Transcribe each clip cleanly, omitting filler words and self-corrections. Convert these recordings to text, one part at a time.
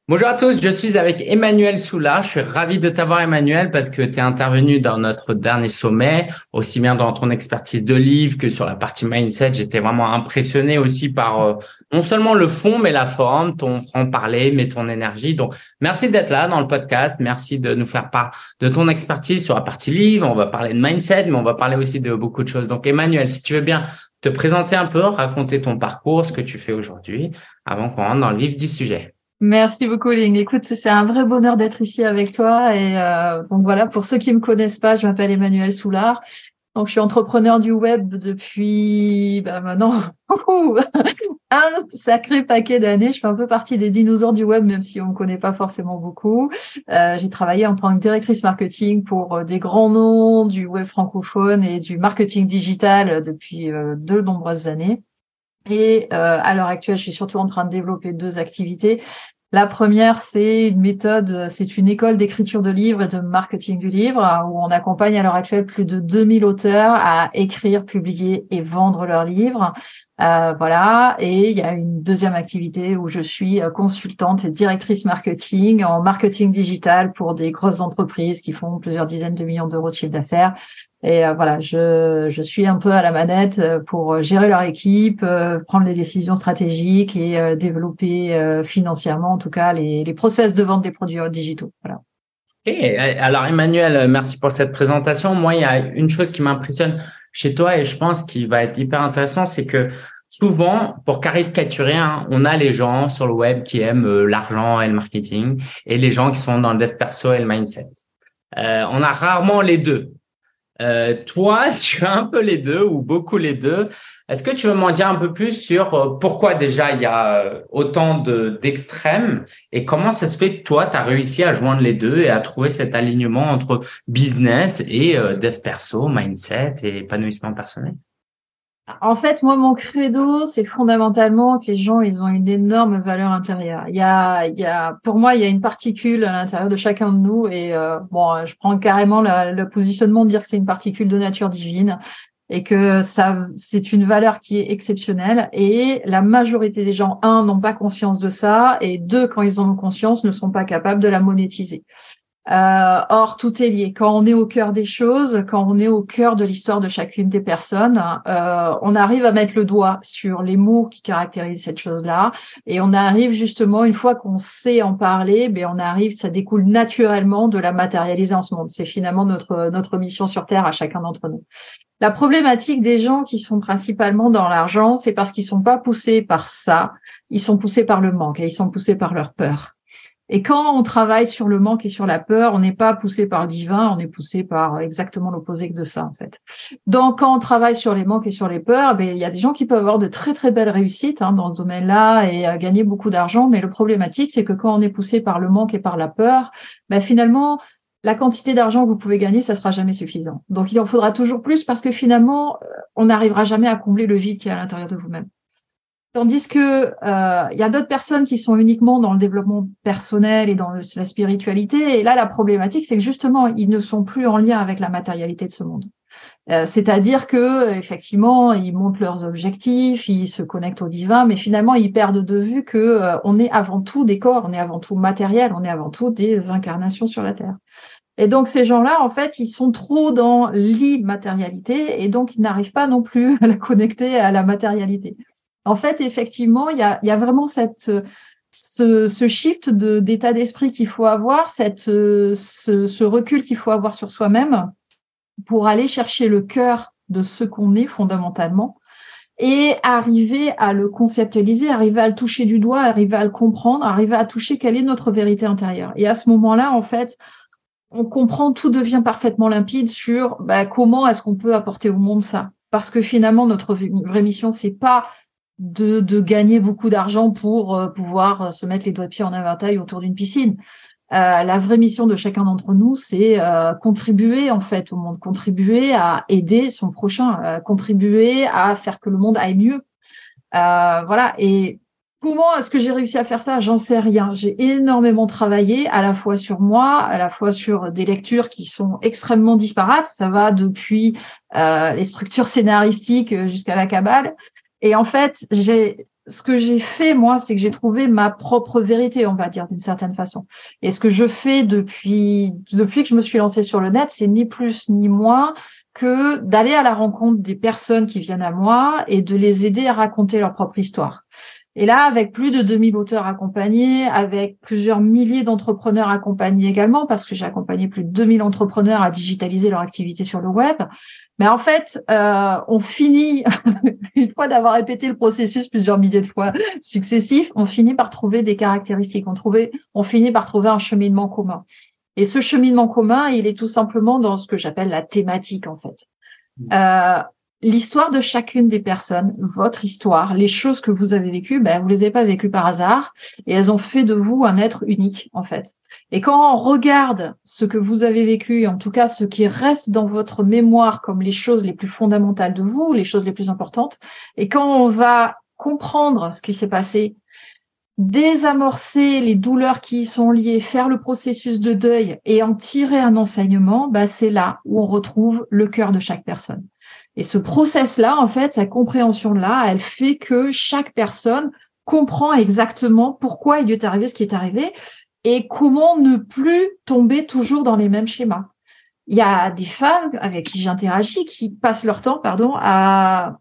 Bonjour à tous, je suis avec Emmanuel Soula. Je suis ravi de t'avoir, Emmanuel, parce que tu es intervenu dans notre dernier sommet, aussi bien dans ton expertise de livre que sur la partie mindset. J'étais vraiment impressionné aussi par non seulement le fond, mais la forme, ton franc-parler, mais ton énergie. Donc, merci d'être là dans le podcast. Merci de nous faire part de ton expertise sur la partie livre. On va parler de mindset, mais on va parler aussi de beaucoup de choses. Donc, Emmanuel, si tu veux bien te présenter un peu, raconter ton parcours, ce que tu fais aujourd'hui, avant qu'on rentre dans le vif du sujet. Merci beaucoup, Ling. Écoute, c'est un vrai bonheur d'être ici avec toi. Et donc voilà, pour ceux qui me connaissent pas, je m'appelle Emmanuel Soulard. Donc je suis entrepreneur du web depuis maintenant un sacré paquet d'années. Je fais un peu partie des dinosaures du web, même si on me connaît pas forcément beaucoup. J'ai travaillé en tant que directrice marketing pour des grands noms du web francophone et du marketing digital depuis de nombreuses années. Et à l'heure actuelle, je suis surtout en train de développer deux activités. La première, c'est une méthode, c'est une école d'écriture de livres et de marketing du livre où on accompagne à l'heure actuelle plus de 2000 auteurs à écrire, publier et vendre leurs livres. Voilà. Et il y a une deuxième activité où je suis consultante et directrice marketing en marketing digital pour des grosses entreprises qui font plusieurs dizaines de millions d'euros de chiffre d'affaires. Et voilà, je suis un peu à la manette pour gérer leur équipe, prendre les décisions stratégiques et développer financièrement, en tout cas, les process de vente des produits digitaux. Voilà. Et alors, Emmanuel, merci pour cette présentation. Moi, il y a une chose qui m'impressionne chez toi et je pense qu'il va être hyper intéressant, c'est que souvent, pour caricaturer, hein, on a les gens sur le web qui aiment l'argent et le marketing et les gens qui sont dans le dev perso et le mindset. On a rarement les deux. Toi, tu as un peu les deux ou beaucoup les deux. Est-ce que tu veux m'en dire un peu plus sur pourquoi déjà il y a autant d'extrêmes et comment ça se fait que toi, tu as réussi à joindre les deux et à trouver cet alignement entre business et dev perso, mindset et épanouissement personnel? En fait, moi, mon credo, c'est fondamentalement que les gens, ils ont une énorme valeur intérieure. Pour moi, il y a une particule à l'intérieur de chacun de nous et bon, je prends carrément le positionnement de dire que c'est une particule de nature divine et que ça, c'est une valeur qui est exceptionnelle. Et la majorité des gens, un, n'ont pas conscience de ça, et deux, quand ils en ont conscience, ne sont pas capables de la monétiser. Or, tout est lié. Quand on est au cœur des choses, quand on est au cœur de l'histoire de chacune des personnes, on arrive à mettre le doigt sur les mots qui caractérisent cette chose-là, et on arrive justement, une fois qu'on sait en parler, ben on arrive, ça découle naturellement de la matérialiser en ce monde. C'est finalement notre mission sur Terre à chacun d'entre nous. La problématique des gens qui sont principalement dans l'argent, c'est parce qu'ils sont pas poussés par ça, ils sont poussés par le manque et ils sont poussés par leur peur. Et quand on travaille sur le manque et sur la peur, on n'est pas poussé par le divin, on est poussé par exactement l'opposé de ça, en fait. Donc, quand on travaille sur les manques et sur les peurs, ben, il y a des gens qui peuvent avoir de très, très belles réussites dans ce domaine-là et gagner beaucoup d'argent. Mais le problématique, c'est que quand on est poussé par le manque et par la peur, ben, finalement, la quantité d'argent que vous pouvez gagner, ça sera jamais suffisant. Donc, il en faudra toujours plus parce que finalement, on n'arrivera jamais à combler le vide qui est à l'intérieur de vous-même. Tandis que il y a d'autres personnes qui sont uniquement dans le développement personnel et dans la spiritualité. Et là, la problématique, c'est que justement, ils ne sont plus en lien avec la matérialité de ce monde. C'est-à-dire que effectivement, ils montent leurs objectifs, ils se connectent au divin, mais finalement, ils perdent de vue que on est avant tout des corps, on est avant tout matériel, on est avant tout des incarnations sur la Terre. Et donc ces gens-là, en fait, ils sont trop dans l'immatérialité et donc ils n'arrivent pas non plus à la connecter à la matérialité. En fait, effectivement, il y a vraiment ce shift d'état d'esprit qu'il faut avoir, ce recul qu'il faut avoir sur soi-même pour aller chercher le cœur de ce qu'on est fondamentalement et arriver à le conceptualiser, arriver à le toucher du doigt, arriver à le comprendre, arriver à toucher quelle est notre vérité intérieure. Et à ce moment-là, en fait, on comprend, tout devient parfaitement limpide sur comment est-ce qu'on peut apporter au monde ça. Parce que finalement, notre vraie mission, c'est pas de gagner beaucoup d'argent pour pouvoir se mettre les doigts de pied en éventail autour d'une piscine. La vraie mission de chacun d'entre nous, c'est contribuer en fait au monde, contribuer à aider son prochain, contribuer à faire que le monde aille mieux. Voilà. Et comment est-ce que j'ai réussi à faire ça? J'en sais rien. J'ai énormément travaillé, à la fois sur moi, à la fois sur des lectures qui sont extrêmement disparates. Ça va depuis les structures scénaristiques jusqu'à la cabale. Et en fait, ce que j'ai fait, moi, c'est que j'ai trouvé ma propre vérité, on va dire, d'une certaine façon. Et ce que je fais depuis que je me suis lancée sur le net, c'est ni plus ni moins que d'aller à la rencontre des personnes qui viennent à moi et de les aider à raconter leur propre histoire. Et là, avec plus de 2000 auteurs accompagnés, avec plusieurs milliers d'entrepreneurs accompagnés également, parce que j'ai accompagné plus de 2000 entrepreneurs à digitaliser leur activité sur le web. Mais en fait, on finit, une fois d'avoir répété le processus plusieurs milliers de fois successifs, on finit par trouver des caractéristiques. On finit par trouver un cheminement commun. Et ce cheminement commun, il est tout simplement dans ce que j'appelle la thématique, en fait. L'histoire de chacune des personnes, votre histoire, les choses que vous avez vécues, vous les avez pas vécues par hasard et elles ont fait de vous un être unique, en fait. Et quand on regarde ce que vous avez vécu, en tout cas ce qui reste dans votre mémoire comme les choses les plus fondamentales de vous, les choses les plus importantes, et quand on va comprendre ce qui s'est passé, désamorcer les douleurs qui y sont liées, faire le processus de deuil et en tirer un enseignement, c'est là où on retrouve le cœur de chaque personne. Et ce process-là, en fait, cette compréhension-là, elle fait que chaque personne comprend exactement pourquoi il lui est arrivé ce qui est arrivé et comment ne plus tomber toujours dans les mêmes schémas. Il y a des femmes avec qui j'interagis qui passent leur temps, à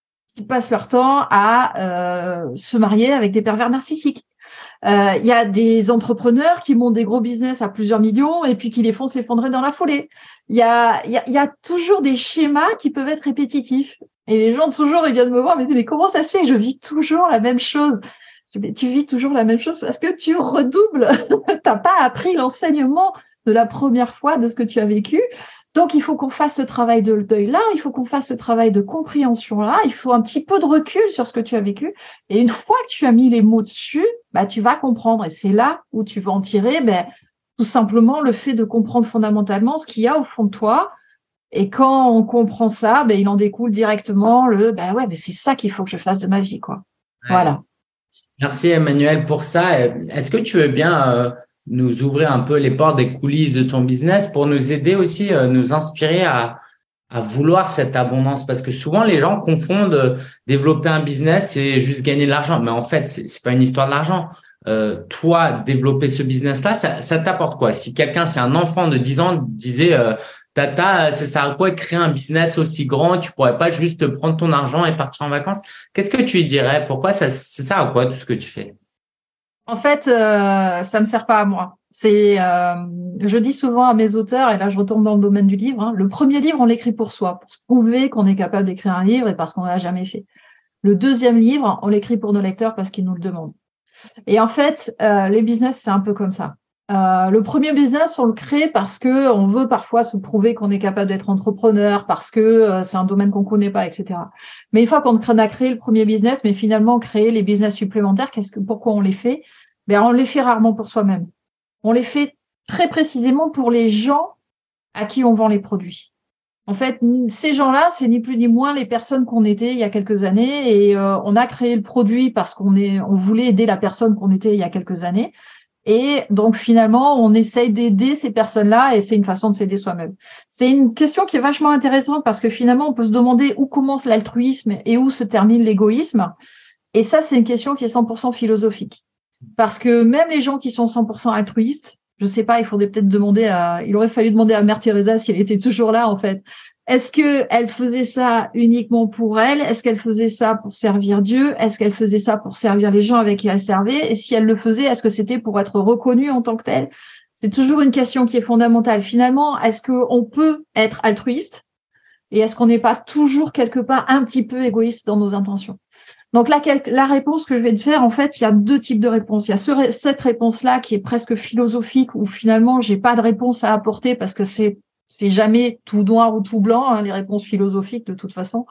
se marier avec des pervers narcissiques. Il y a des entrepreneurs qui montent des gros business à plusieurs millions et puis qui les font s'effondrer dans la foulée. Il y a toujours des schémas qui peuvent être répétitifs. Et les gens toujours, ils viennent me voir, me disent, mais comment ça se fait que je vis toujours la même chose? Je dis, mais tu vis toujours la même chose parce que tu redoubles. T'as pas appris l'enseignement de la première fois de ce que tu as vécu. Donc, il faut qu'on fasse ce travail de deuil là, il faut qu'on fasse ce travail de compréhension là, il faut un petit peu de recul sur ce que tu as vécu. Et une fois que tu as mis les mots dessus, tu vas comprendre. Et c'est là où tu vas en tirer, tout simplement le fait de comprendre fondamentalement ce qu'il y a au fond de toi. Et quand on comprend ça, il en découle directement mais c'est ça qu'il faut que je fasse de ma vie, quoi. Ouais. Voilà. Merci Emmanuel pour ça. Est-ce que tu veux bien nous ouvrir un peu les portes des coulisses de ton business pour nous aider aussi, nous inspirer à vouloir cette abondance? Parce que souvent, les gens confondent développer un business et juste gagner de l'argent. Mais en fait, c'est pas une histoire de l'argent. Toi, développer ce business-là, ça t'apporte quoi? Si quelqu'un, c'est un enfant de 10 ans, disait Tata, ça sert à quoi de créer un business aussi grand? Tu pourrais pas juste prendre ton argent et partir en vacances? Qu'est-ce que tu lui dirais? Pourquoi ça sert à quoi tout ce que tu fais? En fait, ça me sert pas à moi. Je dis souvent à mes auteurs, et là je retourne dans le domaine du livre, le premier livre, on l'écrit pour soi, pour se prouver qu'on est capable d'écrire un livre et parce qu'on l'a jamais fait. Le deuxième livre, on l'écrit pour nos lecteurs parce qu'ils nous le demandent. Et en fait, les business, c'est un peu comme ça. Le premier business, on le crée parce que on veut parfois se prouver qu'on est capable d'être entrepreneur, parce que c'est un domaine qu'on connaît pas, etc. Mais une fois qu'on a créé le premier business, mais finalement créer les business supplémentaires, pourquoi on les fait? On les fait rarement pour soi-même. On les fait très précisément pour les gens à qui on vend les produits. En fait, ces gens-là, c'est ni plus ni moins les personnes qu'on était il y a quelques années, et on a créé le produit parce qu'on voulait aider la personne qu'on était il y a quelques années. Et donc, finalement, on essaye d'aider ces personnes-là et c'est une façon de s'aider soi-même. C'est une question qui est vachement intéressante parce que finalement, on peut se demander où commence l'altruisme et où se termine l'égoïsme. Et ça, c'est une question qui est 100% philosophique. Parce que même les gens qui sont 100% altruistes, je sais pas, il aurait fallu demander à Mère Teresa si elle était toujours là, en fait. Est-ce qu'elle faisait ça uniquement pour elle? Est-ce qu'elle faisait ça pour servir Dieu? Est-ce qu'elle faisait ça pour servir les gens avec qui elle servait? Et si elle le faisait, est-ce que c'était pour être reconnue en tant que telle? C'est toujours une question qui est fondamentale. Finalement, est-ce qu'on peut être altruiste? Et est-ce qu'on n'est pas toujours quelque part un petit peu égoïste dans nos intentions? Donc là, la réponse que je vais te faire, en fait, il y a deux types de réponses. Il y a cette réponse-là qui est presque philosophique où finalement, j'ai pas de réponse à apporter parce que c'est jamais tout noir ou tout blanc, les réponses philosophiques de toute façon.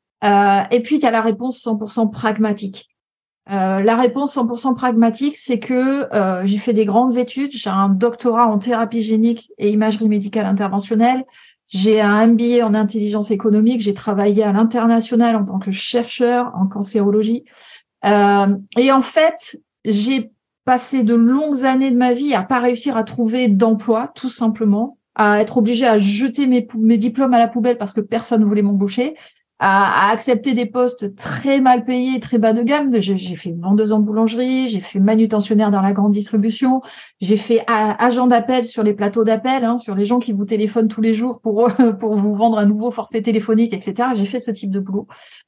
Et puis, il y a la réponse 100% pragmatique. La réponse 100% pragmatique, c'est que j'ai fait des grandes études. J'ai un doctorat en thérapie génique et imagerie médicale interventionnelle. J'ai un MBA en intelligence économique. J'ai travaillé à l'international en tant que chercheur en cancérologie. Et en fait, j'ai passé de longues années de ma vie à pas réussir à trouver d'emploi, tout simplement, à être obligée à jeter mes diplômes à la poubelle parce que personne ne voulait m'embaucher. à accepter des postes très mal payés, très bas de gamme. J'ai fait vendeuse en boulangerie, j'ai fait manutentionnaire dans la grande distribution, j'ai fait agent d'appel sur les plateaux d'appel, sur les gens qui vous téléphonent tous les jours pour pour vous vendre un nouveau forfait téléphonique, etc. J'ai fait ce type de boulot.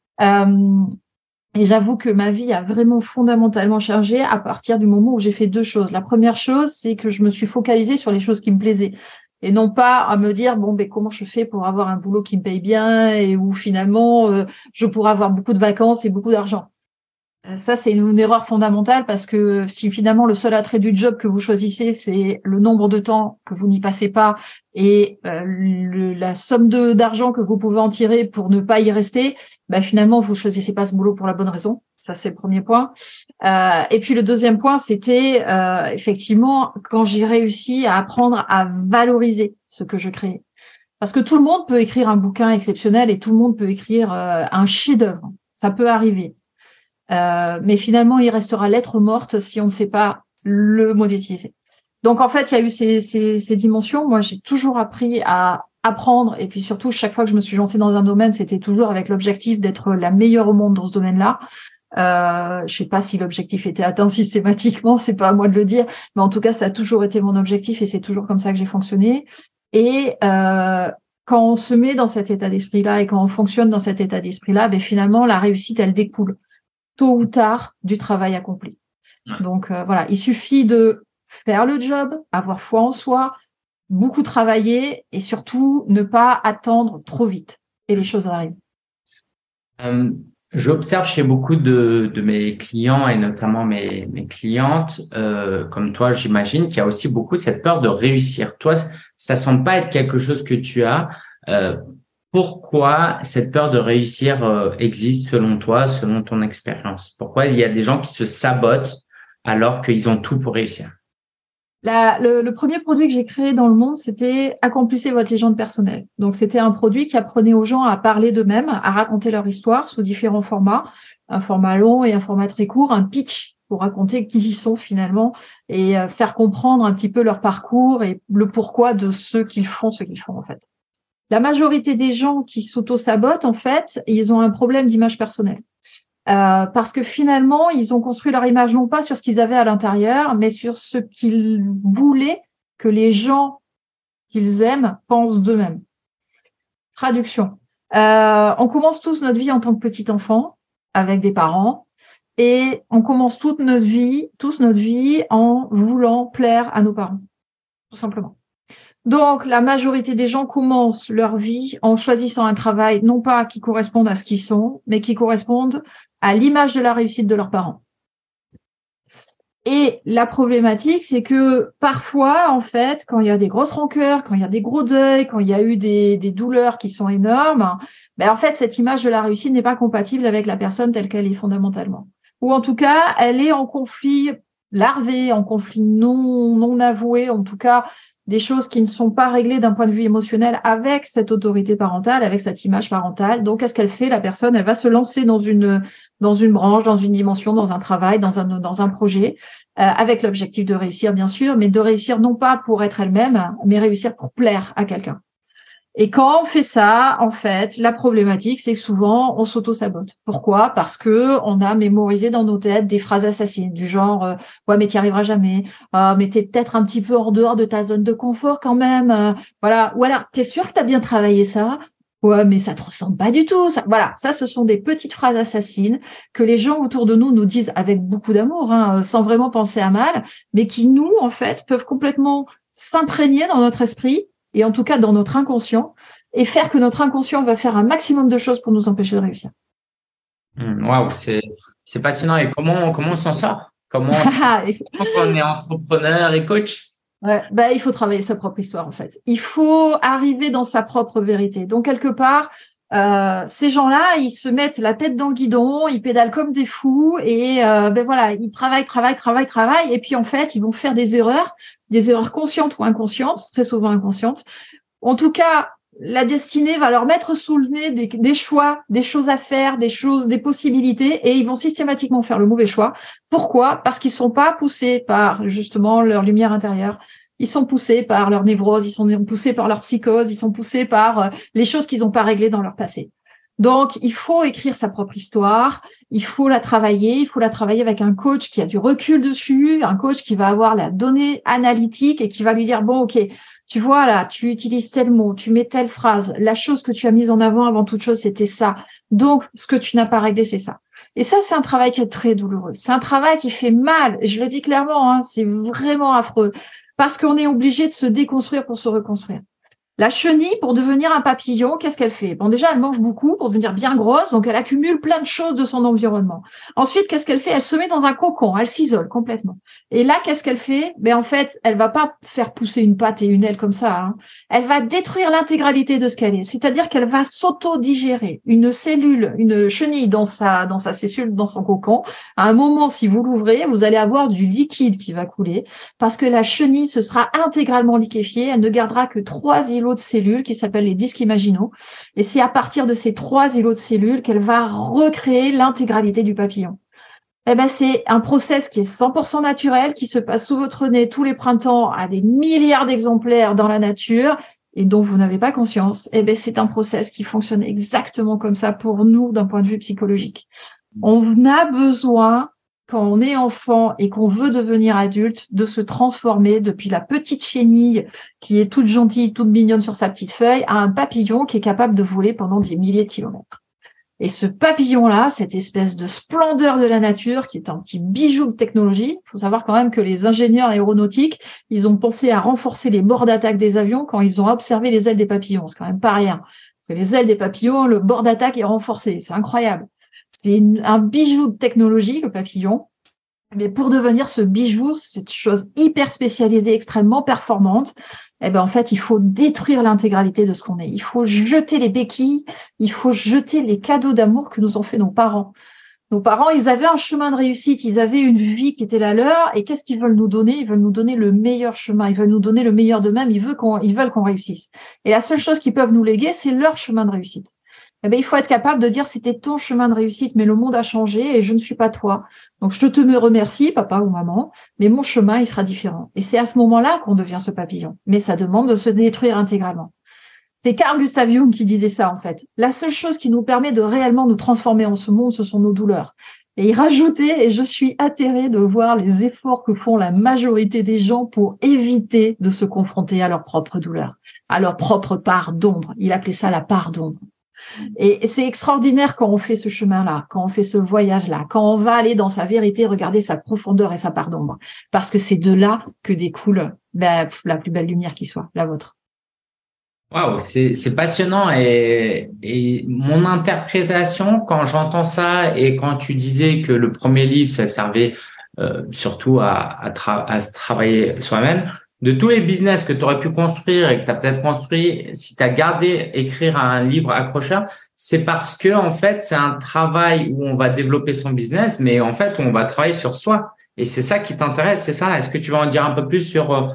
Et j'avoue que ma vie a vraiment fondamentalement changé à partir du moment où j'ai fait deux choses. La première chose, c'est que je me suis focalisée sur les choses qui me plaisaient. Et non pas à me dire, comment je fais pour avoir un boulot qui me paye bien et où finalement, je pourrais avoir beaucoup de vacances et beaucoup d'argent. Ça, c'est une erreur fondamentale parce que si finalement le seul attrait du job que vous choisissez, c'est le nombre de temps que vous n'y passez pas et la somme d'argent que vous pouvez en tirer pour ne pas y rester, finalement, vous choisissez pas ce boulot pour la bonne raison. Ça, c'est le premier point. Et puis le deuxième point, c'était effectivement quand j'ai réussi à apprendre à valoriser ce que je créais. Parce que tout le monde peut écrire un bouquin exceptionnel et tout le monde peut écrire un chef-d'œuvre. Ça peut arriver. Mais finalement, il restera lettre morte si on ne sait pas le monétiser. Donc, en fait, il y a eu ces dimensions. Moi, j'ai toujours appris à apprendre. Et puis surtout, chaque fois que je me suis lancée dans un domaine, c'était toujours avec l'objectif d'être la meilleure au monde dans ce domaine-là. Je sais pas si l'objectif était atteint systématiquement, c'est pas à moi de le dire. Mais en tout cas, ça a toujours été mon objectif et c'est toujours comme ça que j'ai fonctionné. Et quand on se met dans cet état d'esprit-là et quand on fonctionne dans cet état d'esprit-là, finalement, la réussite, elle découle tôt ou tard du travail accompli. Ouais. Donc voilà, il suffit de faire le job, avoir foi en soi, beaucoup travailler et surtout ne pas attendre trop vite. Et les choses arrivent. J'observe chez beaucoup de mes clients et notamment mes clientes, comme toi, j'imagine qu'il y a aussi beaucoup cette peur de réussir. Toi, ça semble pas être quelque chose que tu as. Pourquoi cette peur de réussir existe selon toi, selon ton expérience? Pourquoi il y a des gens qui se sabotent alors qu'ils ont tout pour réussir? Le premier produit que j'ai créé dans le monde, c'était Accomplissez votre légende personnelle. Donc, c'était un produit qui apprenait aux gens à parler d'eux-mêmes, à raconter leur histoire sous différents formats, un format long et un format très court, un pitch pour raconter qui ils sont finalement et faire comprendre un petit peu leur parcours et le pourquoi de ce qu'ils font en fait. La majorité des gens qui s'auto-sabotent, en fait, ils ont un problème d'image personnelle. Parce que finalement, ils ont construit leur image non pas sur ce qu'ils avaient à l'intérieur, mais sur ce qu'ils voulaient que les gens qu'ils aiment pensent d'eux-mêmes. Traduction. On commence tous notre vie en tant que petit enfant, avec des parents, et on commence tous notre vie en voulant plaire à nos parents, tout simplement. Donc, la majorité des gens commencent leur vie en choisissant un travail, non pas qui corresponde à ce qu'ils sont, mais qui correspondent à l'image de la réussite de leurs parents. Et la problématique, c'est que parfois, en fait, quand il y a des grosses rancœurs, quand il y a des gros deuils, quand il y a eu des douleurs qui sont énormes, en fait, cette image de la réussite n'est pas compatible avec la personne telle qu'elle est fondamentalement. Ou en tout cas, elle est en conflit larvé, en conflit non avoué, en tout cas, des choses qui ne sont pas réglées d'un point de vue émotionnel avec cette autorité parentale, avec cette image parentale. Donc, qu'est-ce qu'elle fait? La personne, elle va se lancer dans une branche, dans une dimension, dans un travail, dans un projet, avec l'objectif de réussir, bien sûr, mais de réussir non pas pour être elle-même, mais réussir pour plaire à quelqu'un. Et quand on fait ça, en fait, la problématique, c'est que souvent, on s'auto-sabote. Pourquoi? Parce que on a mémorisé dans nos têtes des phrases assassines, du genre ouais, mais t'y arriveras jamais. Mais t'es peut-être un petit peu en dehors de ta zone de confort quand même. Voilà. Ou alors, t'es sûr que t'as bien travaillé ça? Ouais, mais ça te ressemble pas du tout. Ça, voilà. Ça, ce sont des petites phrases assassines que les gens autour de nous disent avec beaucoup d'amour, sans vraiment penser à mal, mais qui nous, en fait, peuvent complètement s'imprégner dans notre esprit et en tout cas dans notre inconscient, et faire que notre inconscient va faire un maximum de choses pour nous empêcher de réussir. Waouh, c'est passionnant. Et comment on s'en sort? Comment on est entrepreneur et coach? Ouais, il faut travailler sa propre histoire en fait. Il faut arriver dans sa propre vérité. Donc quelque part, ces gens-là, ils se mettent la tête dans le guidon, ils pédalent comme des fous et voilà, ils travaillent, et puis en fait, ils vont faire des erreurs conscientes ou inconscientes, très souvent inconscientes. En tout cas, la destinée va leur mettre sous le nez des choix, des choses à faire, des possibilités, et ils vont systématiquement faire le mauvais choix. Pourquoi? Parce qu'ils sont pas poussés par justement leur lumière intérieure. Ils sont poussés par leur névrose, ils sont poussés par leur psychose, ils sont poussés par les choses qu'ils n'ont pas réglées dans leur passé. Donc, il faut écrire sa propre histoire, il faut la travailler avec un coach qui a du recul dessus, un coach qui va avoir la donnée analytique et qui va lui dire, bon, ok, tu vois là, tu utilises tel mot, tu mets telle phrase, la chose que tu as mise en avant toute chose, c'était ça. Donc, ce que tu n'as pas réglé, c'est ça. Et ça, c'est un travail qui est très douloureux. C'est un travail qui fait mal. Je le dis clairement, hein, c'est vraiment affreux. Parce qu'on est obligé de se déconstruire pour se reconstruire. La chenille, pour devenir un papillon, qu'est-ce qu'elle fait? Bon, déjà, elle mange beaucoup pour devenir bien grosse, donc elle accumule plein de choses de son environnement. Ensuite, qu'est-ce qu'elle fait? Elle se met dans un cocon, elle s'isole complètement. Et là, qu'est-ce qu'elle fait? En fait, elle va pas faire pousser une patte et une aile comme ça, hein. Elle va détruire l'intégralité de ce qu'elle est. C'est-à-dire qu'elle va s'auto-digérer. Une cellule, une chenille dans sa cellule, dans son cocon. À un moment, si vous l'ouvrez, vous allez avoir du liquide qui va couler parce que la chenille se sera intégralement liquéfiée. Elle ne gardera que 3 îlots de cellules qui s'appellent les disques imaginaux. Et c'est à partir de ces 3 îlots de cellules qu'elle va recréer l'intégralité du papillon. C'est un process qui est 100% naturel, qui se passe sous votre nez tous les printemps à des milliards d'exemplaires dans la nature et dont vous n'avez pas conscience. C'est un process qui fonctionne exactement comme ça pour nous d'un point de vue psychologique. On a besoin, quand on est enfant et qu'on veut devenir adulte, de se transformer depuis la petite chenille qui est toute gentille, toute mignonne sur sa petite feuille, à un papillon qui est capable de voler pendant des milliers de kilomètres. Et ce papillon-là, cette espèce de splendeur de la nature, qui est un petit bijou de technologie, il faut savoir quand même que les ingénieurs aéronautiques, ils ont pensé à renforcer les bords d'attaque des avions quand ils ont observé les ailes des papillons. C'est quand même pas rien. Parce que les ailes des papillons, le bord d'attaque est renforcé. C'est incroyable. C'est un bijou de technologie, le papillon. Mais pour devenir ce bijou, cette chose hyper spécialisée, extrêmement performante, en fait, il faut détruire l'intégralité de ce qu'on est. Il faut jeter les béquilles, il faut jeter les cadeaux d'amour que nous ont fait nos parents. Nos parents, ils avaient un chemin de réussite, ils avaient une vie qui était la leur, et qu'est-ce qu'ils veulent nous donner? Ils veulent nous donner le meilleur chemin, ils veulent nous donner le meilleur d'eux-mêmes, ils veulent qu'on réussisse. Et la seule chose qu'ils peuvent nous léguer, c'est leur chemin de réussite. Il faut être capable de dire c'était ton chemin de réussite, mais le monde a changé et je ne suis pas toi. Donc, je te remercie, papa ou maman, mais mon chemin, il sera différent. Et c'est à ce moment-là qu'on devient ce papillon. Mais ça demande de se détruire intégralement. C'est Carl Gustav Jung qui disait ça, en fait. La seule chose qui nous permet de réellement nous transformer en ce monde, ce sont nos douleurs. Et il rajoutait, et je suis atterrée de voir les efforts que font la majorité des gens pour éviter de se confronter à leur propre douleur, à leur propre part d'ombre. Il appelait ça la part d'ombre. Et c'est extraordinaire quand on fait ce chemin-là, quand on fait ce voyage-là, quand on va aller dans sa vérité, regarder sa profondeur et sa part d'ombre. Parce que c'est de là que découle la plus belle lumière qui soit, la vôtre. Waouh, c'est passionnant et mon interprétation quand j'entends ça et quand tu disais que le premier livre, ça servait surtout à se travailler soi-même. De tous les business que tu aurais pu construire et que tu as peut-être construit, si tu as gardé écrire un livre accrocheur, c'est parce que en fait, c'est un travail où on va développer son business, mais en fait, où on va travailler sur soi. Et c'est ça qui t'intéresse, c'est ça? Est-ce que tu vas en dire un peu plus sur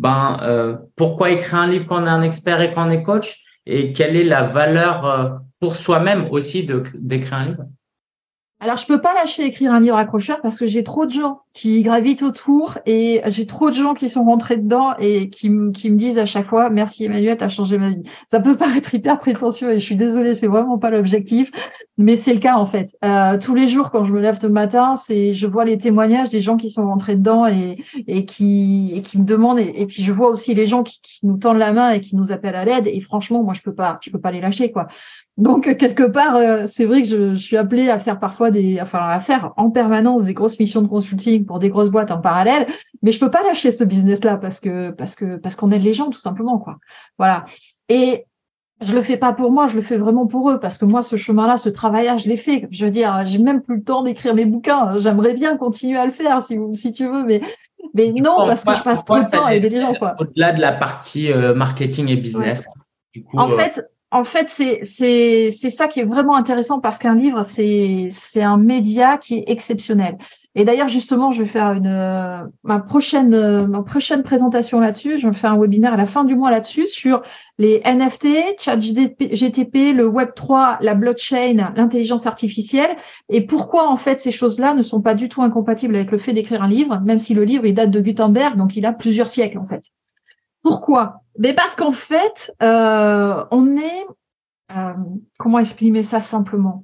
pourquoi écrire un livre quand on est un expert et quand on est coach et quelle est la valeur pour soi-même aussi d'écrire un livre? Alors, je peux pas lâcher écrire un livre accrocheur parce que j'ai trop de gens qui gravitent autour et j'ai trop de gens qui sont rentrés dedans et qui me disent à chaque fois, merci Emmanuel, t'as changé ma vie. Ça peut paraître hyper prétentieux et je suis désolée, c'est vraiment pas l'objectif, mais c'est le cas en fait. Tous les jours quand je me lève le matin, je vois les témoignages des gens qui sont rentrés dedans et qui me demandent et puis je vois aussi les gens qui nous tendent la main et qui nous appellent à l'aide et franchement, moi je peux pas les lâcher quoi. Donc quelque part, c'est vrai que je suis appelée à faire parfois à faire en permanence des grosses missions de consulting pour des grosses boîtes en parallèle, mais je peux pas lâcher ce business-là parce qu'on aide les gens tout simplement quoi. Voilà. Et je le fais pas pour moi, je le fais vraiment pour eux parce que moi ce chemin-là, ce travail-là, je l'ai fait. Je veux dire, j'ai même plus le temps d'écrire mes bouquins. J'aimerais bien continuer à le faire si tu veux, mais non parce que je passe trop de temps à aider les gens quoi. Au-delà de la partie marketing et business. Ouais. Du coup, En fait, c'est ça qui est vraiment intéressant parce qu'un livre, c'est un média qui est exceptionnel. Et d'ailleurs, justement, je vais faire ma prochaine présentation là-dessus. Je vais faire un webinaire à la fin du mois là-dessus sur les NFT, ChatGPT, le Web3, la blockchain, l'intelligence artificielle et pourquoi, en fait, ces choses-là ne sont pas du tout incompatibles avec le fait d'écrire un livre, même si le livre, il date de Gutenberg, donc il a plusieurs siècles, en fait. Pourquoi? Mais parce qu'en fait, on est comment exprimer ça simplement?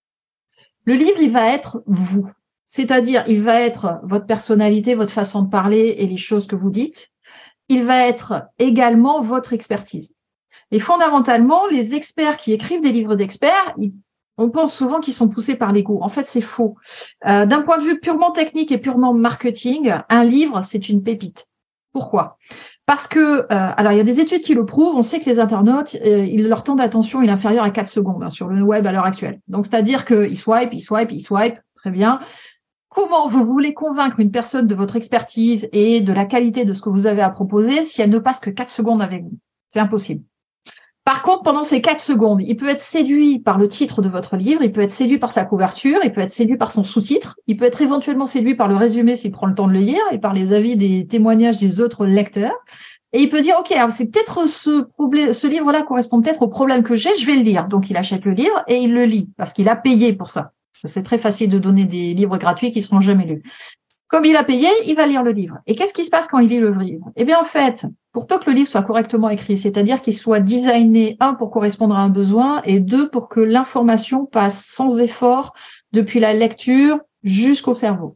Le livre, il va être vous. C'est-à-dire, il va être votre personnalité, votre façon de parler et les choses que vous dites. Il va être également votre expertise. Et fondamentalement, les experts qui écrivent des livres d'experts, on pense souvent qu'ils sont poussés par l'ego. En fait, c'est faux. D'un point de vue purement technique et purement marketing, un livre, c'est une pépite. Pourquoi? Parce que, alors il y a des études qui le prouvent, on sait que les internautes, leur temps d'attention est inférieur à 4 secondes sur le web à l'heure actuelle. Donc, c'est-à-dire qu'ils swipent, très bien. Comment vous voulez convaincre une personne de votre expertise et de la qualité de ce que vous avez à proposer si elle ne passe que 4 secondes avec vous? C'est impossible. Par contre, pendant ces 4 secondes, il peut être séduit par le titre de votre livre, il peut être séduit par sa couverture, il peut être séduit par son sous-titre, il peut être éventuellement séduit par le résumé s'il prend le temps de le lire et par les avis des témoignages des autres lecteurs. Et il peut dire, OK, alors c'est peut-être ce livre-là correspond peut-être au problème que j'ai, je vais le lire. Donc, il achète le livre et il le lit parce qu'il a payé pour ça. C'est très facile de donner des livres gratuits qui ne seront jamais lus. Comme il a payé, il va lire le livre. Et qu'est-ce qui se passe quand il lit le livre? Eh bien, en fait, pour peu que le livre soit correctement écrit, c'est-à-dire qu'il soit designé, 1, pour correspondre à un besoin, et 2, pour que l'information passe sans effort depuis la lecture jusqu'au cerveau.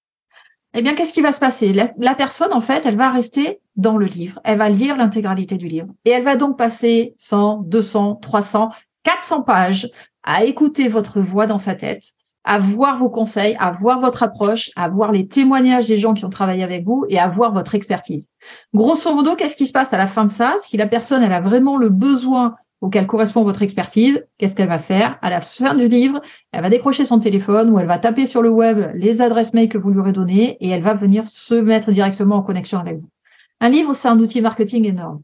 Eh bien, qu'est-ce qui va se passer? La personne, en fait, elle va rester dans le livre. Elle va lire l'intégralité du livre. Et elle va donc passer 100, 200, 300, 400 pages à écouter votre voix dans sa tête, à voir vos conseils, à voir votre approche, à voir les témoignages des gens qui ont travaillé avec vous et à voir votre expertise. Grosso modo, qu'est-ce qui se passe à la fin de ça? Si la personne, elle a vraiment le besoin auquel correspond votre expertise, qu'est-ce qu'elle va faire? À la fin du livre, elle va décrocher son téléphone ou elle va taper sur le web les adresses mail que vous lui aurez données et elle va venir se mettre directement en connexion avec vous. Un livre, c'est un outil marketing énorme.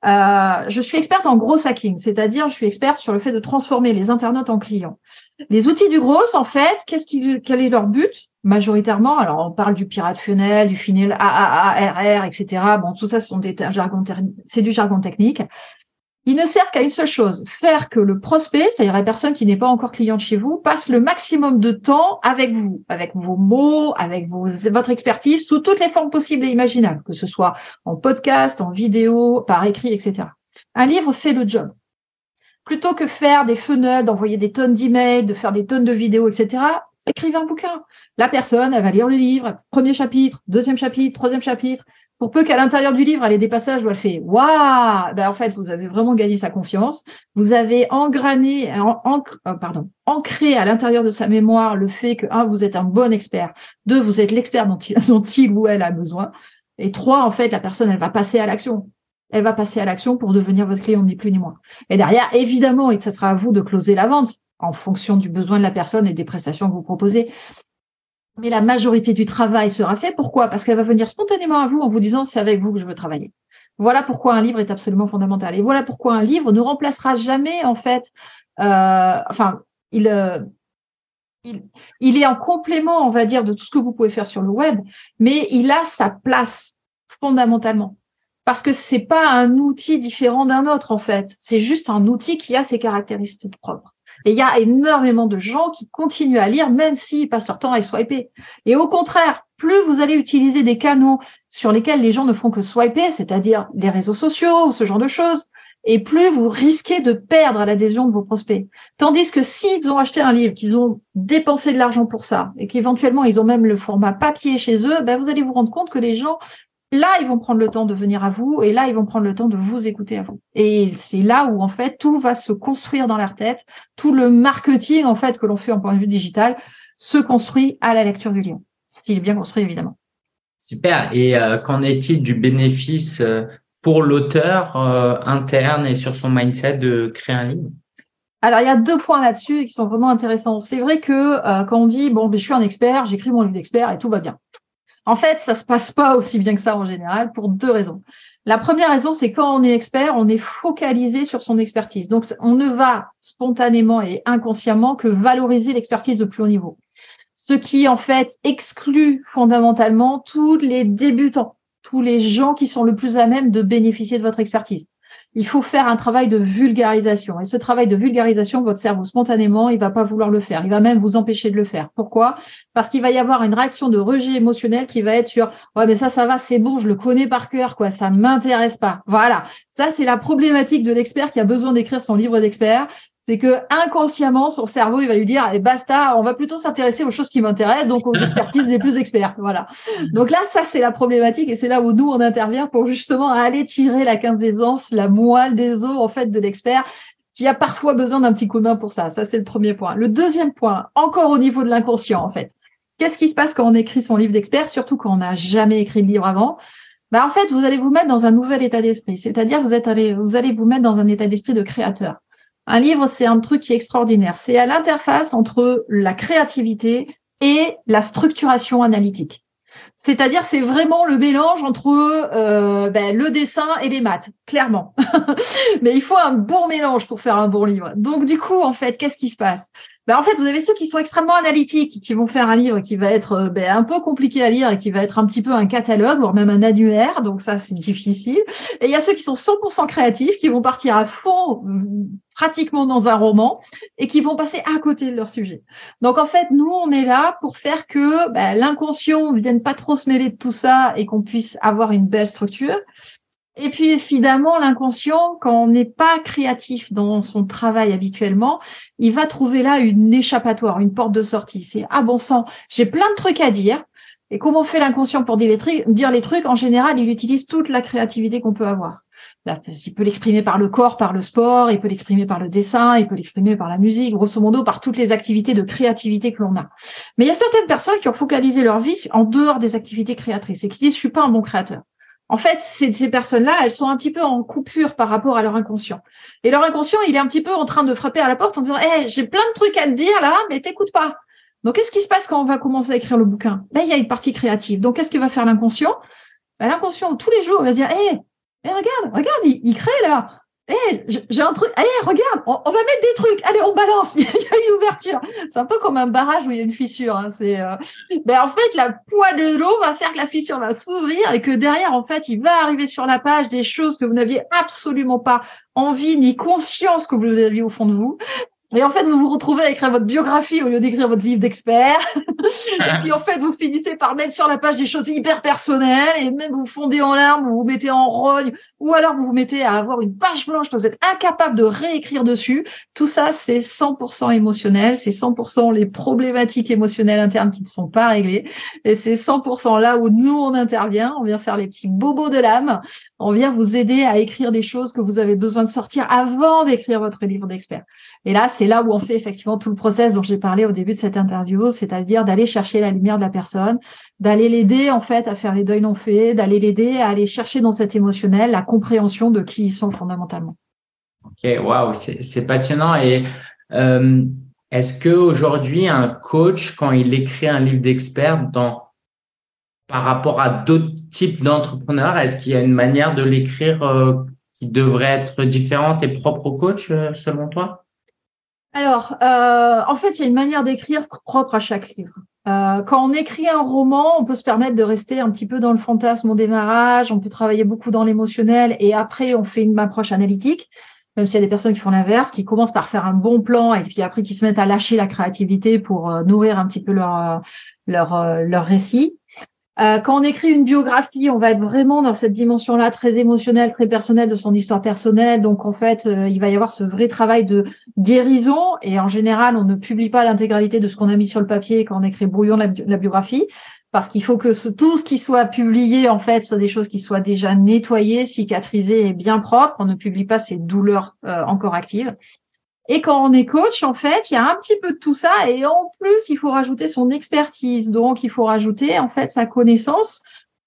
Je suis experte en gros hacking, c'est-à-dire je suis experte sur le fait de transformer les internautes en clients. Les outils du gros, en fait, quel est leur but majoritairement? Alors, on parle du pirate funnel, du funnel AAA, RR, etc. Bon, tout ça, c'est du jargon technique. Ils ne servent qu'à une seule chose, faire que le prospect, c'est-à-dire la personne qui n'est pas encore cliente chez vous, passe le maximum de temps avec vous, avec vos mots, avec votre expertise, sous toutes les formes possibles et imaginables, que ce soit en podcast, en vidéo, par écrit, etc. Un livre fait le job. Plutôt que faire des funnels, d'envoyer des tonnes d'emails, de faire des tonnes de vidéos, etc., écrivez un bouquin. La personne, elle va lire le livre, premier chapitre, deuxième chapitre, troisième chapitre. Pour peu qu'à l'intérieur du livre, elle ait des passages où elle fait « Waouh !» Ben, en fait, vous avez vraiment gagné sa confiance. Vous avez ancré à l'intérieur de sa mémoire le fait que, 1, vous êtes un bon expert, 2, vous êtes l'expert dont il ou elle a besoin, et 3, en fait, la personne, elle va passer à l'action. Elle va passer à l'action pour devenir votre client, ni plus ni moins. Et derrière, évidemment, et ça sera à vous de closer la vente en fonction du besoin de la personne et des prestations que vous proposez. Mais la majorité du travail sera fait. Pourquoi? Parce qu'elle va venir spontanément à vous en vous disant c'est avec vous que je veux travailler. Voilà pourquoi un livre est absolument fondamental. Et voilà pourquoi un livre ne remplacera jamais, en fait, il est en complément, on va dire, de tout ce que vous pouvez faire sur le web, mais il a sa place fondamentalement. Parce que c'est pas un outil différent d'un autre, en fait. C'est juste un outil qui a ses caractéristiques propres. Et il y a énormément de gens qui continuent à lire, même s'ils passent leur temps à swiper. Et au contraire, plus vous allez utiliser des canaux sur lesquels les gens ne font que swiper, c'est-à-dire les réseaux sociaux ou ce genre de choses, et plus vous risquez de perdre l'adhésion de vos prospects. Tandis que s'ils ont acheté un livre, qu'ils ont dépensé de l'argent pour ça, et qu'éventuellement ils ont même le format papier chez eux, ben vous allez vous rendre compte que les gens, là, ils vont prendre le temps de venir à vous et là, ils vont prendre le temps de vous écouter à vous. Et c'est là où, en fait, tout va se construire dans leur tête. Tout le marketing, en fait, que l'on fait en point de vue digital se construit à la lecture du livre. S'il est bien construit, évidemment. Super. Et qu'en est-il du bénéfice pour l'auteur interne et sur son mindset de créer un livre? Alors, il y a 2 points là-dessus qui sont vraiment intéressants. C'est vrai que quand on dit, bon, je suis un expert, j'écris mon livre d'expert et tout va bien. En fait, ça se passe pas aussi bien que ça en général pour 2 raisons. La première raison, c'est quand on est expert, on est focalisé sur son expertise. Donc, on ne va spontanément et inconsciemment que valoriser l'expertise de plus haut niveau. Ce qui, en fait, exclut fondamentalement tous les débutants, tous les gens qui sont le plus à même de bénéficier de votre expertise. Il faut faire un travail de vulgarisation. Et ce travail de vulgarisation, votre cerveau, spontanément, il va pas vouloir le faire. Il va même vous empêcher de le faire. Pourquoi? Parce qu'il va y avoir une réaction de rejet émotionnel qui va être sur « Ouais, mais ça va, c'est bon, je le connais par cœur, quoi, ça m'intéresse pas. » Voilà. Ça, c'est la problématique de l'expert qui a besoin d'écrire son livre d'expert. c'est que inconsciemment, son cerveau, il va lui dire, eh, basta, on va plutôt s'intéresser aux choses qui m'intéressent, donc aux expertises des plus experts. Voilà. Donc là, ça, c'est la problématique et c'est là où nous, on intervient pour justement aller tirer la quintessence, la moelle des os, en fait, de l'expert qui a parfois besoin d'un petit coup de main pour ça. Ça, c'est le premier point. Le deuxième point, encore au niveau de l'inconscient, en fait. Qu'est-ce qui se passe quand on écrit son livre d'expert, surtout quand on n'a jamais écrit de livre avant? Bah, en fait, vous allez vous mettre dans un nouvel état d'esprit. C'est-à-dire, vous allez vous mettre dans un état d'esprit de créateur. Un livre, c'est un truc qui est extraordinaire. C'est à l'interface entre la créativité et la structuration analytique. C'est-à-dire, c'est vraiment le mélange entre le dessin et les maths, clairement. Mais il faut un bon mélange pour faire un bon livre. Donc, du coup, en fait, qu'est-ce qui se passe? En fait, vous avez ceux qui sont extrêmement analytiques, qui vont faire un livre qui va être un peu compliqué à lire et qui va être un petit peu un catalogue, voire même un annuaire. Donc ça, c'est difficile. Et il y a ceux qui sont 100% créatifs, qui vont partir à fond, pratiquement dans un roman, et qui vont passer à côté de leur sujet. Donc en fait, nous, on est là pour faire que l'inconscient ne vienne pas trop se mêler de tout ça et qu'on puisse avoir une belle structure. Et puis évidemment, l'inconscient, quand on n'est pas créatif dans son travail habituellement, il va trouver là une échappatoire, une porte de sortie. C'est « ah bon sang, j'ai plein de trucs à dire ». Et comment fait l'inconscient pour dire les trucs? En général, il utilise toute la créativité qu'on peut avoir. Là, il peut l'exprimer par le corps, par le sport, il peut l'exprimer par le dessin, il peut l'exprimer par la musique, grosso modo par toutes les activités de créativité que l'on a. Mais il y a certaines personnes qui ont focalisé leur vie en dehors des activités créatrices et qui disent « je suis pas un bon créateur ». En fait, ces personnes-là, elles sont un petit peu en coupure par rapport à leur inconscient. Et leur inconscient, il est un petit peu en train de frapper à la porte en disant « j'ai plein de trucs à te dire là, mais t'écoutes pas ». Donc, qu'est-ce qui se passe quand on va commencer à écrire le bouquin? Il y a une partie créative. Donc, qu'est-ce que va faire l'inconscient? L'inconscient, tous les jours, il va se dire « regarde, il crée là. J'ai un truc. Regarde, on va mettre des trucs. Allez, on balance. Il y a une ouverture. » C'est un peu comme un barrage où il y a une fissure. Hein. En fait, la poids de l'eau va faire que la fissure va s'ouvrir et que derrière, en fait, il va arriver sur la page des choses que vous n'aviez absolument pas envie ni conscience que vous aviez au fond de vous. Et en fait, vous vous retrouvez à écrire votre biographie au lieu d'écrire votre livre d'expert. Et puis, en fait, vous finissez par mettre sur la page des choses hyper personnelles et même vous fondez en larmes, vous vous mettez en rogne ou alors vous vous mettez à avoir une page blanche parce que vous êtes incapable de réécrire dessus. Tout ça, c'est 100% émotionnel. C'est 100% les problématiques émotionnelles internes qui ne sont pas réglées. Et c'est 100% là où nous, on intervient. On vient faire les petits bobos de l'âme. On vient vous aider à écrire des choses que vous avez besoin de sortir avant d'écrire votre livre d'expert. Et là, c'est là où on fait effectivement tout le process dont j'ai parlé au début de cette interview, c'est-à-dire d'aller chercher la lumière de la personne, d'aller l'aider en fait à faire les deuils non faits, d'aller l'aider à aller chercher dans cet émotionnel la compréhension de qui ils sont fondamentalement. Ok, waouh, c'est passionnant. Et est-ce que aujourd'hui un coach, quand il écrit un livre d'expert, par rapport à d'autres types d'entrepreneurs, est-ce qu'il y a une manière de l'écrire qui devrait être différente et propre au coach selon toi? Alors, en fait, il y a une manière d'écrire propre à chaque livre. Quand on écrit un roman, on peut se permettre de rester un petit peu dans le fantasme au démarrage, on peut travailler beaucoup dans l'émotionnel et après, on fait une approche analytique, même s'il y a des personnes qui font l'inverse, qui commencent par faire un bon plan et puis après qui se mettent à lâcher la créativité pour nourrir un petit peu leur récit. Quand on écrit une biographie, on va être vraiment dans cette dimension-là très émotionnelle, très personnelle de son histoire personnelle. Donc, en fait, il va y avoir ce vrai travail de guérison. Et en général, on ne publie pas l'intégralité de ce qu'on a mis sur le papier quand on écrit brouillon la biographie, parce qu'il faut que tout ce qui soit publié, en fait, soit des choses qui soient déjà nettoyées, cicatrisées et bien propres. On ne publie pas ces douleurs encore actives. Et quand on est coach, en fait, il y a un petit peu de tout ça. Et en plus, il faut rajouter son expertise. Donc, il faut rajouter, en fait, sa connaissance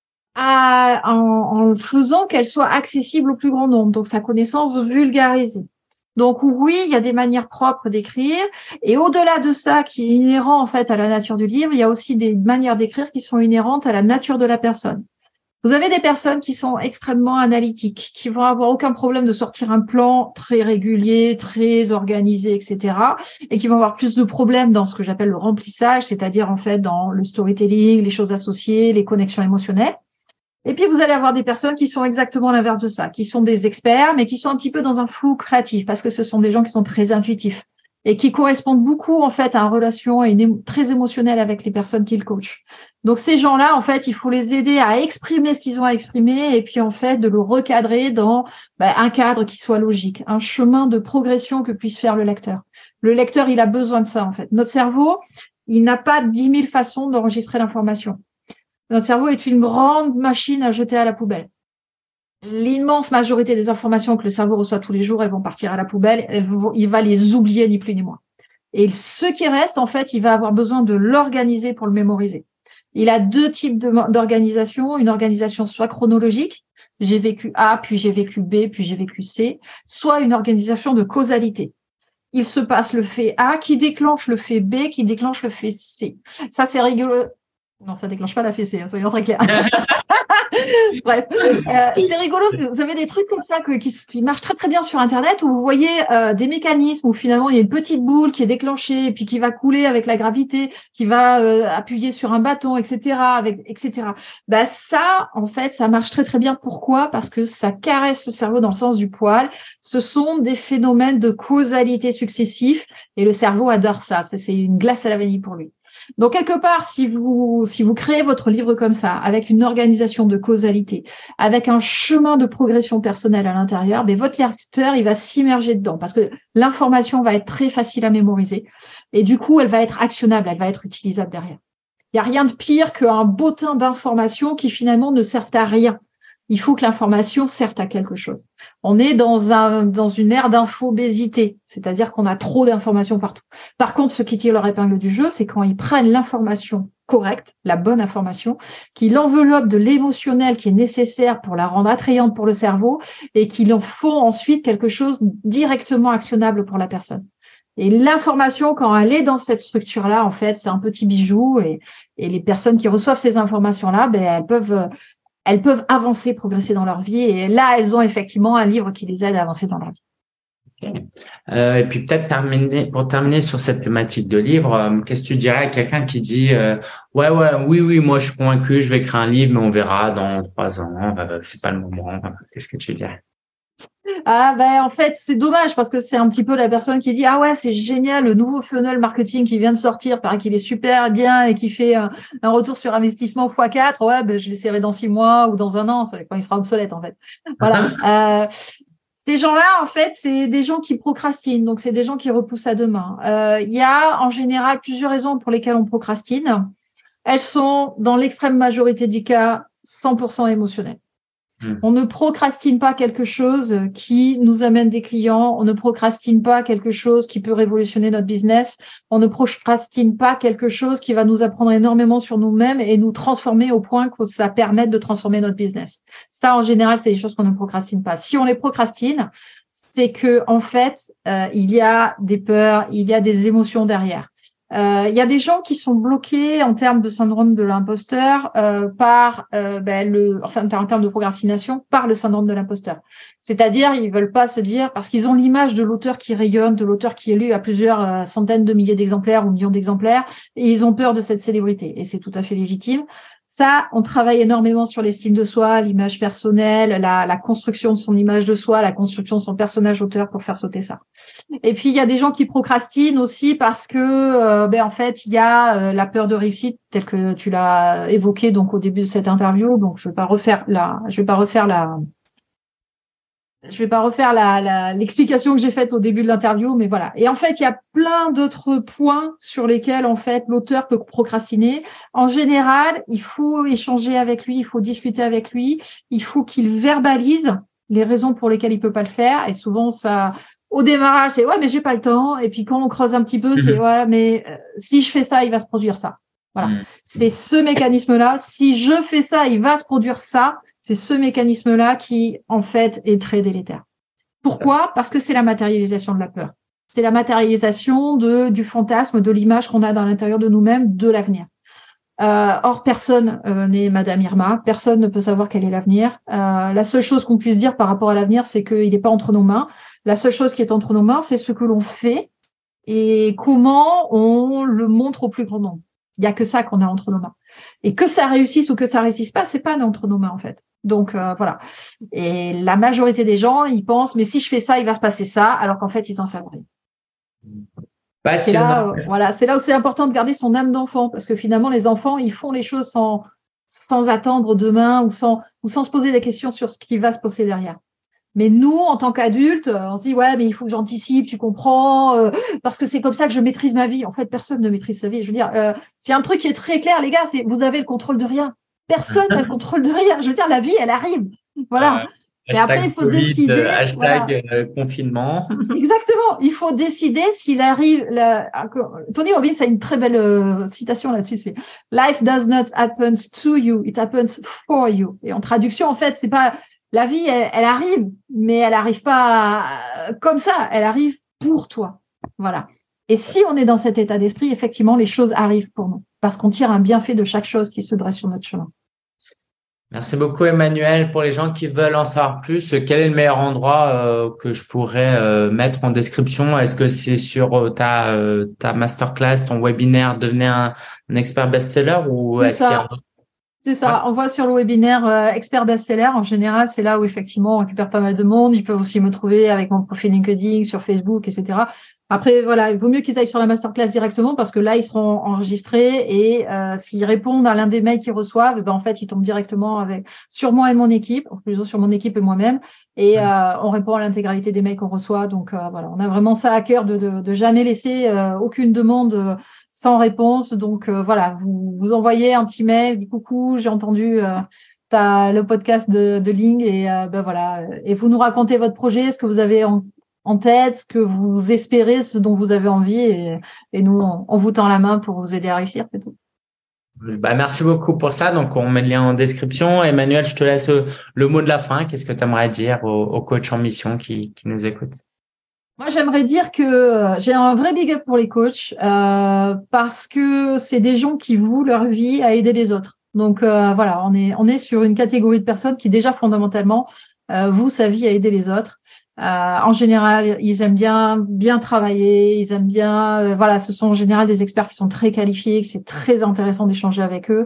en faisant qu'elle soit accessible au plus grand nombre. Donc, sa connaissance vulgarisée. Donc, oui, il y a des manières propres d'écrire. Et au-delà de ça, qui est inhérent, en fait, à la nature du livre, il y a aussi des manières d'écrire qui sont inhérentes à la nature de la personne. Vous avez des personnes qui sont extrêmement analytiques, qui vont avoir aucun problème de sortir un plan très régulier, très organisé, etc. et qui vont avoir plus de problèmes dans ce que j'appelle le remplissage, c'est-à-dire en fait dans le storytelling, les choses associées, les connexions émotionnelles. Et puis vous allez avoir des personnes qui sont exactement l'inverse de ça, qui sont des experts, mais qui sont un petit peu dans un flou créatif, parce que ce sont des gens qui sont très intuitifs. et qui correspondent beaucoup en fait à une relation très émotionnelle avec les personnes qu'ils coachent. Donc ces gens-là, en fait, il faut les aider à exprimer ce qu'ils ont à exprimer et puis en fait de le recadrer dans un cadre qui soit logique, un chemin de progression que puisse faire le lecteur. Le lecteur, il a besoin de ça en fait. Notre cerveau, il n'a pas 10 000 façons d'enregistrer l'information. Notre cerveau est une grande machine à jeter à la poubelle. L'immense majorité des informations que le cerveau reçoit tous les jours, elles vont partir à la poubelle, il va les oublier ni plus ni moins. Et ce qui reste, en fait, il va avoir besoin de l'organiser pour le mémoriser. Il a 2 types d'organisation, une organisation soit chronologique, j'ai vécu A, puis j'ai vécu B, puis j'ai vécu C, soit une organisation de causalité. Il se passe le fait A qui déclenche le fait B, qui déclenche le fait C. Ça, c'est rigolo. Non, ça déclenche pas la fessée, hein, soyons très clairs. Bref, c'est rigolo. Vous avez des trucs comme ça qui marchent très très bien sur Internet où vous voyez des mécanismes où finalement il y a une petite boule qui est déclenchée et puis qui va couler avec la gravité, qui va appuyer sur un bâton, etc. etc. Ça, en fait, ça marche très très bien. Pourquoi ? Parce que ça caresse le cerveau dans le sens du poil. Ce sont des phénomènes de causalité successifs et le cerveau adore ça. C'est une glace à la vanille pour lui. Donc, quelque part, si vous créez votre livre comme ça, avec une organisation de causalité, avec un chemin de progression personnelle à l'intérieur, votre lecteur, il va s'immerger dedans parce que l'information va être très facile à mémoriser et du coup, elle va être actionnable, elle va être utilisable derrière. Il n'y a rien de pire qu'un bottin d'informations qui finalement ne servent à rien. Il faut que l'information serve à quelque chose. On est dans une ère d'infobésité, c'est-à-dire qu'on a trop d'informations partout. Par contre, ce qui tire leur épingle du jeu, c'est quand ils prennent l'information correcte, la bonne information, qu'ils l'enveloppent de l'émotionnel qui est nécessaire pour la rendre attrayante pour le cerveau et qu'ils en font ensuite quelque chose directement actionnable pour la personne. Et l'information, quand elle est dans cette structure-là, en fait, c'est un petit bijou et les personnes qui reçoivent ces informations-là, elles peuvent avancer, progresser dans leur vie. Et là, elles ont effectivement un livre qui les aide à avancer dans leur vie. Okay. Et puis peut-être pour terminer sur cette thématique de livre, qu'est-ce que tu dirais à quelqu'un qui dit oui, moi je suis convaincu, je vais écrire un livre, mais on verra dans 3 ans, c'est pas le moment. Qu'est-ce que tu dirais? En fait, c'est dommage parce que c'est un petit peu la personne qui dit c'est génial, le nouveau funnel marketing qui vient de sortir, paraît qu'il est super bien et qui fait un retour sur investissement x4. Je l'essaierai dans 6 mois ou dans 1 an, quand il sera obsolète en fait. Voilà. Ces gens-là, en fait, c'est des gens qui procrastinent, donc c'est des gens qui repoussent à demain. Il y a en général plusieurs raisons pour lesquelles on procrastine. Elles sont, dans l'extrême majorité du cas, 100% émotionnelles. On ne procrastine pas quelque chose qui nous amène des clients. On ne procrastine pas quelque chose qui peut révolutionner notre business. On ne procrastine pas quelque chose qui va nous apprendre énormément sur nous-mêmes et nous transformer au point que ça permette de transformer notre business. Ça, en général, c'est des choses qu'on ne procrastine pas. Si on les procrastine, c'est que, en fait, il y a des peurs, il y a des émotions derrière. Il y a des gens qui sont bloqués en termes de syndrome de l'imposteur en termes de procrastination par le syndrome de l'imposteur. C'est-à-dire, ils veulent pas se dire, parce qu'ils ont l'image de l'auteur qui rayonne, de l'auteur qui est lu à plusieurs centaines de milliers d'exemplaires ou millions d'exemplaires, et ils ont peur de cette célébrité. Et c'est tout à fait légitime. Ça, on travaille énormément sur l'estime de soi, l'image personnelle, la construction de son image de soi, la construction de son personnage auteur pour faire sauter ça. Et puis, il y a des gens qui procrastinent aussi parce que, en fait, il y a la peur de réussite, telle que tu l'as évoqué donc au début de cette interview. Donc, je vais pas refaire l'explication que j'ai faite au début de l'interview, mais voilà. Et en fait, il y a plein d'autres points sur lesquels, en fait, l'auteur peut procrastiner. En général, il faut échanger avec lui, il faut discuter avec lui, il faut qu'il verbalise les raisons pour lesquelles il peut pas le faire. Et souvent, ça, au démarrage, c'est mais j'ai pas le temps. Et puis quand on creuse un petit peu, c'est mais si je fais ça, il va se produire ça. Voilà. C'est ce mécanisme-là. Si je fais ça, il va se produire ça. C'est ce mécanisme-là qui, en fait, est très délétère. Pourquoi ? Parce que c'est la matérialisation de la peur. C'est la matérialisation du fantasme, de l'image qu'on a dans l'intérieur de nous-mêmes de l'avenir. Or, personne n'est Madame Irma. Personne ne peut savoir quel est l'avenir. La seule chose qu'on puisse dire par rapport à l'avenir, c'est qu'il n'est pas entre nos mains. La seule chose qui est entre nos mains, c'est ce que l'on fait et comment on le montre au plus grand nombre. Il n'y a que ça qu'on a entre nos mains. Et que ça réussisse ou que ça réussisse pas, c'est pas entre nos mains, en fait. Donc, voilà. Et la majorité des gens, ils pensent, mais si je fais ça, il va se passer ça, alors qu'en fait, ils en savent rien. C'est Passionnant. là, voilà, c'est là où c'est important de garder son âme d'enfant, parce que finalement, les enfants, ils font les choses sans attendre demain ou sans se poser des questions sur ce qui va se passer derrière. Mais nous, en tant qu'adultes, on se dit, ouais, mais il faut que j'anticipe, tu comprends, parce que c'est comme ça que je maîtrise ma vie. En fait, personne ne maîtrise sa vie. Je veux dire, c'est un truc qui est très clair, les gars, c'est vous avez le contrôle de rien. Personne n'a le contrôle de rien. Je veux dire, la vie, elle arrive. Voilà. Mais après, il faut Covid, décider, voilà. confinement. Exactement. Il faut décider s'il arrive. Tony Robbins a une très belle citation là-dessus. C'est Life does not happen to you, it happens for you. Et en traduction, en fait, c'est pas la vie, elle arrive, mais elle arrive pas comme ça. Elle arrive pour toi. Voilà. Et si on est dans cet état d'esprit, effectivement, les choses arrivent pour nous parce qu'on tire un bienfait de chaque chose qui se dresse sur notre chemin. Merci beaucoup, Emmanuel. Pour les gens qui veulent en savoir plus, quel est le meilleur endroit que je pourrais mettre en description? Est-ce que c'est sur ta masterclass, ton webinaire, devenir un expert best-seller ou C'est est-ce qu'il y a ça. un autre? C'est Ouais. ça, on voit sur le webinaire expert best-seller. En général, c'est là où effectivement on récupère pas mal de monde. Ils peuvent aussi me trouver avec mon profil LinkedIn, sur Facebook, etc. Après, voilà, il vaut mieux qu'ils aillent sur la masterclass directement parce que là, ils seront enregistrés et s'ils répondent à l'un des mails qu'ils reçoivent, ben, en fait, ils tombent directement sur moi et mon équipe, ou plutôt sur mon équipe et moi-même, et on répond à l'intégralité des mails qu'on reçoit. Donc voilà, on a vraiment ça à cœur de jamais laisser aucune demande sans réponse. Donc voilà, vous envoyez un petit mail, dit coucou, j'ai entendu le podcast de Ling et ben voilà, et vous nous racontez votre projet, ce que vous avez en tête, ce que vous espérez, ce dont vous avez envie et nous on vous tend la main pour vous aider à réussir, c'est tout. Bah, merci beaucoup pour ça. Donc, on met le lien en description. Emmanuel, je te laisse le mot de la fin. Qu'est-ce que tu aimerais dire aux coachs en mission qui nous écoutent? Moi, j'aimerais dire que j'ai un vrai big up pour les coachs parce que c'est des gens qui vouent leur vie à aider les autres. Donc voilà, on est sur une catégorie de personnes qui déjà fondamentalement vouent sa vie à aider les autres. En général, ils aiment bien travailler, ils aiment bien voilà, ce sont en général des experts qui sont très qualifiés, que c'est très intéressant d'échanger avec eux.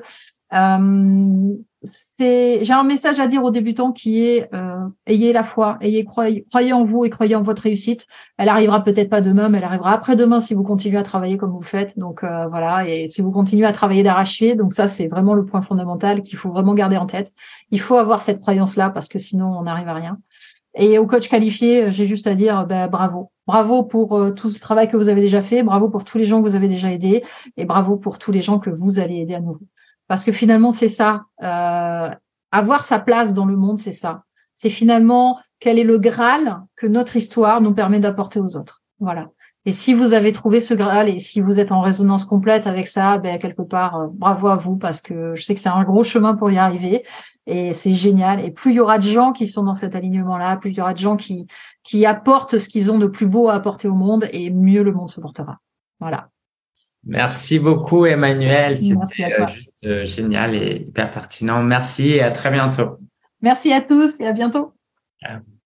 J'ai un message à dire aux débutants qui est ayez la foi, croyez en vous et croyez en votre réussite. Elle arrivera peut-être pas demain, mais elle arrivera après-demain si vous continuez à travailler comme vous le faites. Donc voilà, et si vous continuez à travailler d'arrache-pied, donc ça c'est vraiment le point fondamental qu'il faut vraiment garder en tête. Il faut avoir cette croyance-là parce que sinon on n'arrive à rien. Et aux coachs qualifiés, j'ai juste à dire bravo. Bravo pour tout le travail que vous avez déjà fait, bravo pour tous les gens que vous avez déjà aidés et bravo pour tous les gens que vous allez aider à nouveau. Parce que finalement, c'est ça. Avoir sa place dans le monde, c'est ça. C'est finalement quel est le Graal que notre histoire nous permet d'apporter aux autres. Voilà. Et si vous avez trouvé ce Graal et si vous êtes en résonance complète avec ça, quelque part, bravo à vous parce que je sais que c'est un gros chemin pour y arriver et c'est génial. Et plus il y aura de gens qui sont dans cet alignement-là, plus il y aura de gens qui apportent ce qu'ils ont de plus beau à apporter au monde et mieux le monde se portera. Voilà. Merci beaucoup, Emmanuel. Merci à C'était toi. juste génial et hyper pertinent. Merci et à très bientôt. Merci à tous et à bientôt.